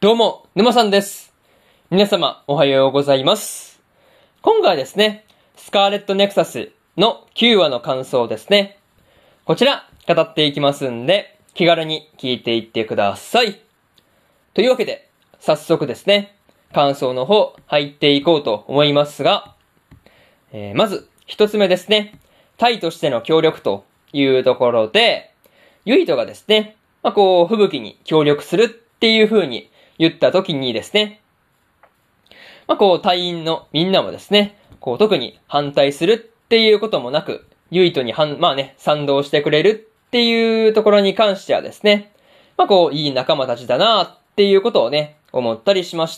どうも、沼さんです。皆様、おはようございます。今回はですね、スカーレットネクサスの9話の感想ですね。こちら、語っていきますんで、気軽に聞いていってください。というわけで、早速ですね、感想の方、入っていこうと思いますが、まず、一つ目ですね、タイとしての協力というところで、ユイトがですね、吹雪に協力するっていう風に言った時にですね、隊員のみんなもですね、特に反対するっていうこともなく、ユイトに賛同してくれるっていうところに関してはですね、いい仲間たちだなっていうことをね、思ったりしました。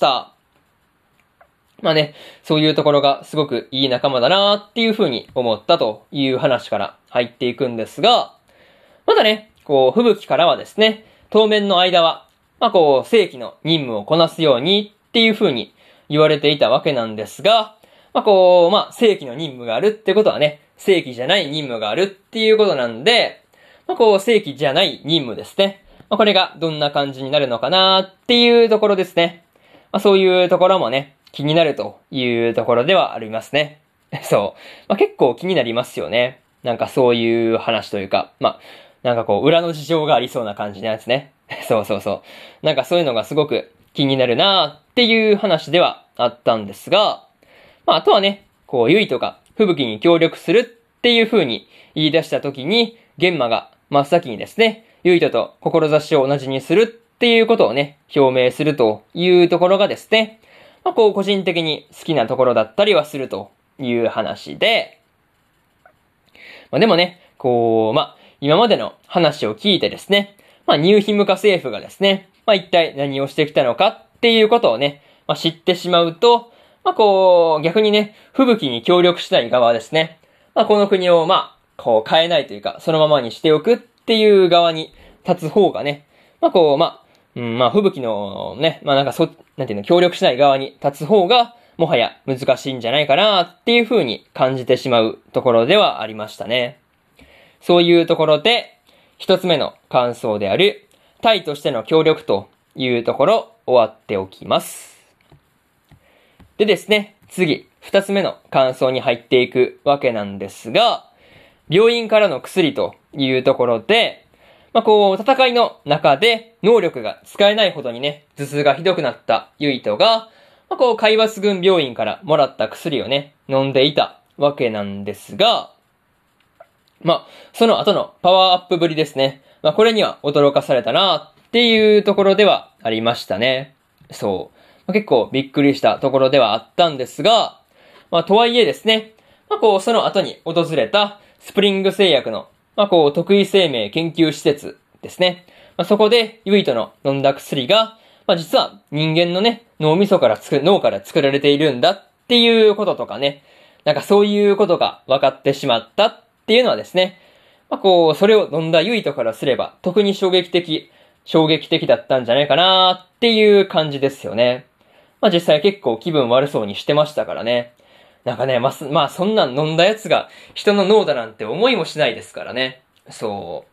そういうところがすごくいい仲間だなっていう風に思ったという話から入っていくんですが、まだね、吹雪からはですね、当面の間は、正規の任務をこなすようにっていう風に言われていたわけなんですが、正規の任務があるってことはね、正規じゃない任務があるっていうことなんで、正規じゃない任務ですね。これがどんな感じになるのかなっていうところですね。そういうところもね、気になるというところではありますね。そう。結構気になりますよね。なんかそういう話というか、裏の事情がありそうな感じのやつね。そうそうそう。なんかそういうのがすごく気になるなっていう話ではあったんですが、あとはね、ユイとか吹雪に協力するっていう風に言い出した時に、玄馬が真っ先にですね、ユイトと志を同じにするっていうことをね、表明するというところがですね、個人的に好きなところだったりはするという話で、でもね、今までの話を聞いてですね、ニューヒムカ政府がですね、一体何をしてきたのかっていうことをね、知ってしまうと、逆にね、吹雪に協力したい側はですね、この国を変えないというか、そのままにしておくっていう側に立つ方がね、吹雪のね、協力しない側に立つ方が、もはや難しいんじゃないかなっていう風に感じてしまうところではありましたね。そういうところで、一つ目の感想である、タイとしての協力というところ、終わっておきます。でですね、次、二つ目の感想に入っていくわけなんですが、病院からの薬というところで、戦いの中で能力が使えないほどにね、頭痛がひどくなったユイトが、海抜軍病院からもらった薬をね、飲んでいたわけなんですが、その後のパワーアップぶりですね。これには驚かされたなっていうところではありましたね。そう。結構びっくりしたところではあったんですが、とはいえですね、その後に訪れたスプリング製薬の、特異生命研究施設ですね。そこでユイトの飲んだ薬が、実は人間のね、脳から作られているんだっていうこととかね、そういうことが分かってしまったっていうのはですね、それを飲んだユイトからすれば特に衝撃的だったんじゃないかなっていう感じですよね。実際結構気分悪そうにしてましたからね。そんなん飲んだやつが人の脳だなんて思いもしないですからね。そう。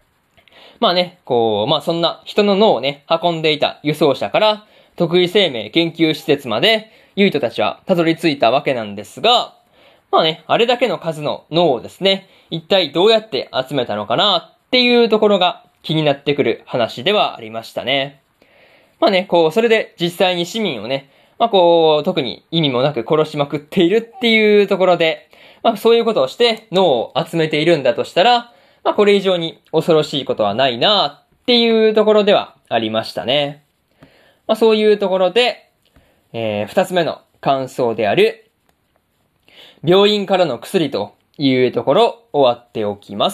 そんな人の脳をね、運んでいた輸送車から、特異生命研究施設まで、ユイトたちはたどり着いたわけなんですが、あれだけの数の脳をですね、一体どうやって集めたのかなっていうところが気になってくる話ではありましたね。それで実際に市民をね、特に意味もなく殺しまくっているっていうところで、そういうことをして脳を集めているんだとしたら、これ以上に恐ろしいことはないなっていうところではありましたね。そういうところで、二つ目の感想である、病院からの薬というところ終わっておきます。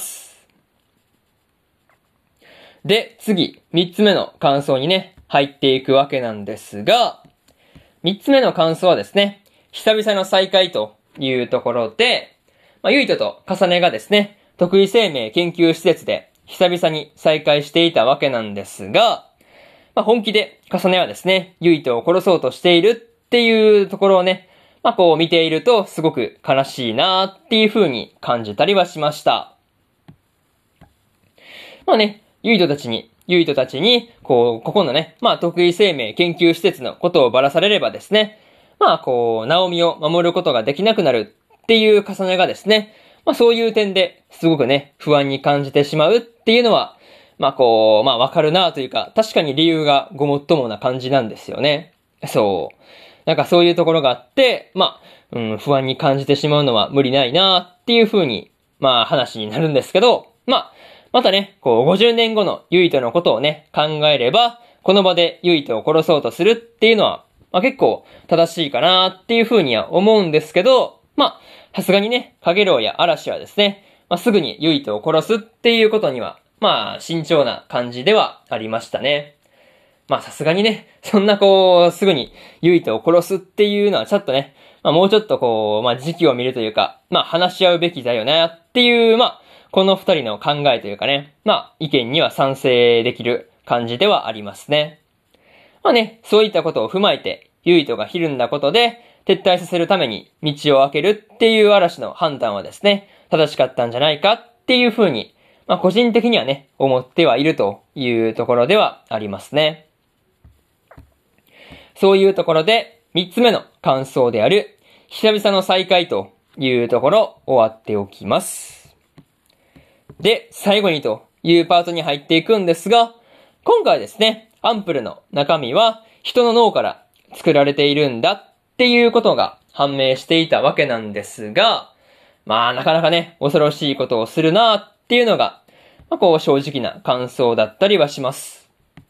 で、次、三つ目の感想にね、入っていくわけなんですが、三つ目の感想はですね、久々の再会というところで、ユイトとカサネがですね、特異生命研究施設で久々に再会していたわけなんですが、本気でカサネはですね、ユイトを殺そうとしているっていうところをね、見ているとすごく悲しいなっていう風に感じたりはしました。ユイトたちにユイトたちに、ここのね、得意生命研究施設のことをばらされればですね、ナオミを守ることができなくなるっていう重ねがですね、そういう点ですごくね、不安に感じてしまうっていうのは、わかるなというか、確かに理由がごもっともな感じなんですよね。そう。なんかそういうところがあって、不安に感じてしまうのは無理ないなっていう風に、話になるんですけど、またね、50年後のユイトのことをね、考えれば、この場でユイトを殺そうとするっていうのは、結構正しいかなっていう風には思うんですけど、さすがにね、カゲロウや嵐はですね、すぐにユイトを殺すっていうことには、慎重な感じではありましたね。さすがにね、そんなすぐにユイトを殺すっていうのはちょっとね、もうちょっと時期を見るというか、話し合うべきだよなっていう、この二人の考えというかね、意見には賛成できる感じではありますね。そういったことを踏まえて、ユイトがひるんだことで、撤退させるために道を開けるっていう嵐の判断はですね、正しかったんじゃないかっていうふうに、個人的にはね、思ってはいるというところではありますね。そういうところで、三つ目の感想である、久々の再会というところ、終わっておきます。で、最後にというパートに入っていくんですが、今回ですね、アンプルの中身は人の脳から作られているんだっていうことが判明していたわけなんですが、なかなかね、恐ろしいことをするなっていうのが、正直な感想だったりはします。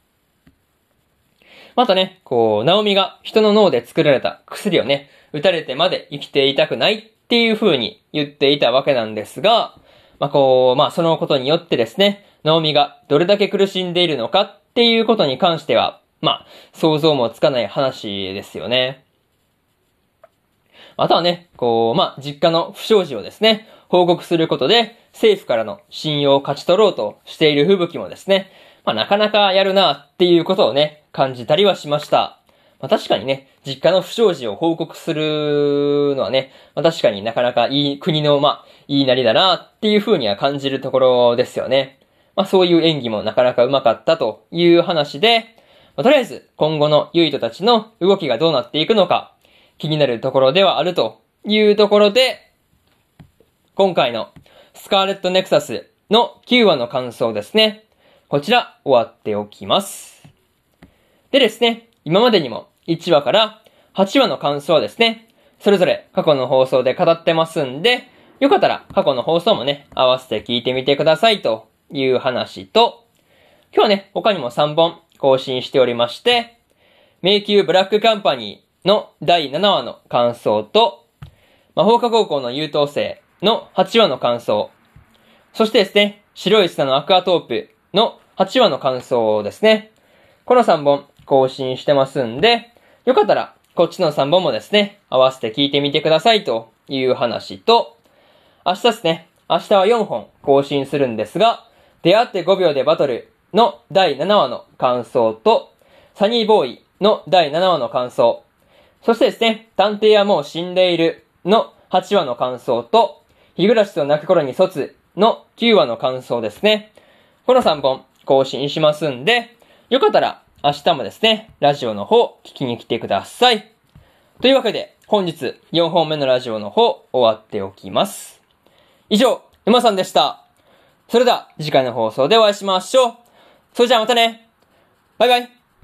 またね、ナオミが人の脳で作られた薬をね、打たれてまで生きていたくないっていう風に言っていたわけなんですが、そのことによってですね、ナオミがどれだけ苦しんでいるのかっていうことに関しては、想像もつかない話ですよね。あとはね、実家の不祥事をですね、報告することで、政府からの信用を勝ち取ろうとしている吹雪もですね、なかなかやるなっていうことをね、感じたりはしました。確かにね、実家の不祥事を報告するのはね、確かになかなかいい国の、いいなりだなっていう風には感じるところですよね。そういう演技もなかなか上手かったという話で、とりあえず今後のユイトたちの動きがどうなっていくのか、気になるところではあるというところで、今回のスカーレットネクサスの9話の感想ですね。こちら終わっておきます。でですね、今までにも1話から8話の感想はですね、それぞれ過去の放送で語ってますんで、よかったら過去の放送もね、合わせて聞いてみてくださいという話と、今日はね、他にも3本更新しておりまして、迷宮ブラックカンパニーの第7話の感想と、魔法科高校の優等生の8話の感想、そしてですね、白い砂のアクアトープの8話の感想ですね。この3本更新してますんで、よかったらこっちの3本もですね、合わせて聞いてみてくださいという話と、明日ですね、明日は4本更新するんですが、出会って5秒でバトルの第7話の感想と、サニーボーイの第7話の感想、そしてですね、探偵はもう死んでいるの8話の感想と、日暮らしと泣く頃に卒の9話の感想ですね。この3本更新しますんで、よかったら明日もですね、ラジオの方聞きに来てください。というわけで、本日4本目のラジオの方終わっておきます。以上、沼さんでした。それでは次回の放送でお会いしましょう。それじゃあまたね。バイバイ。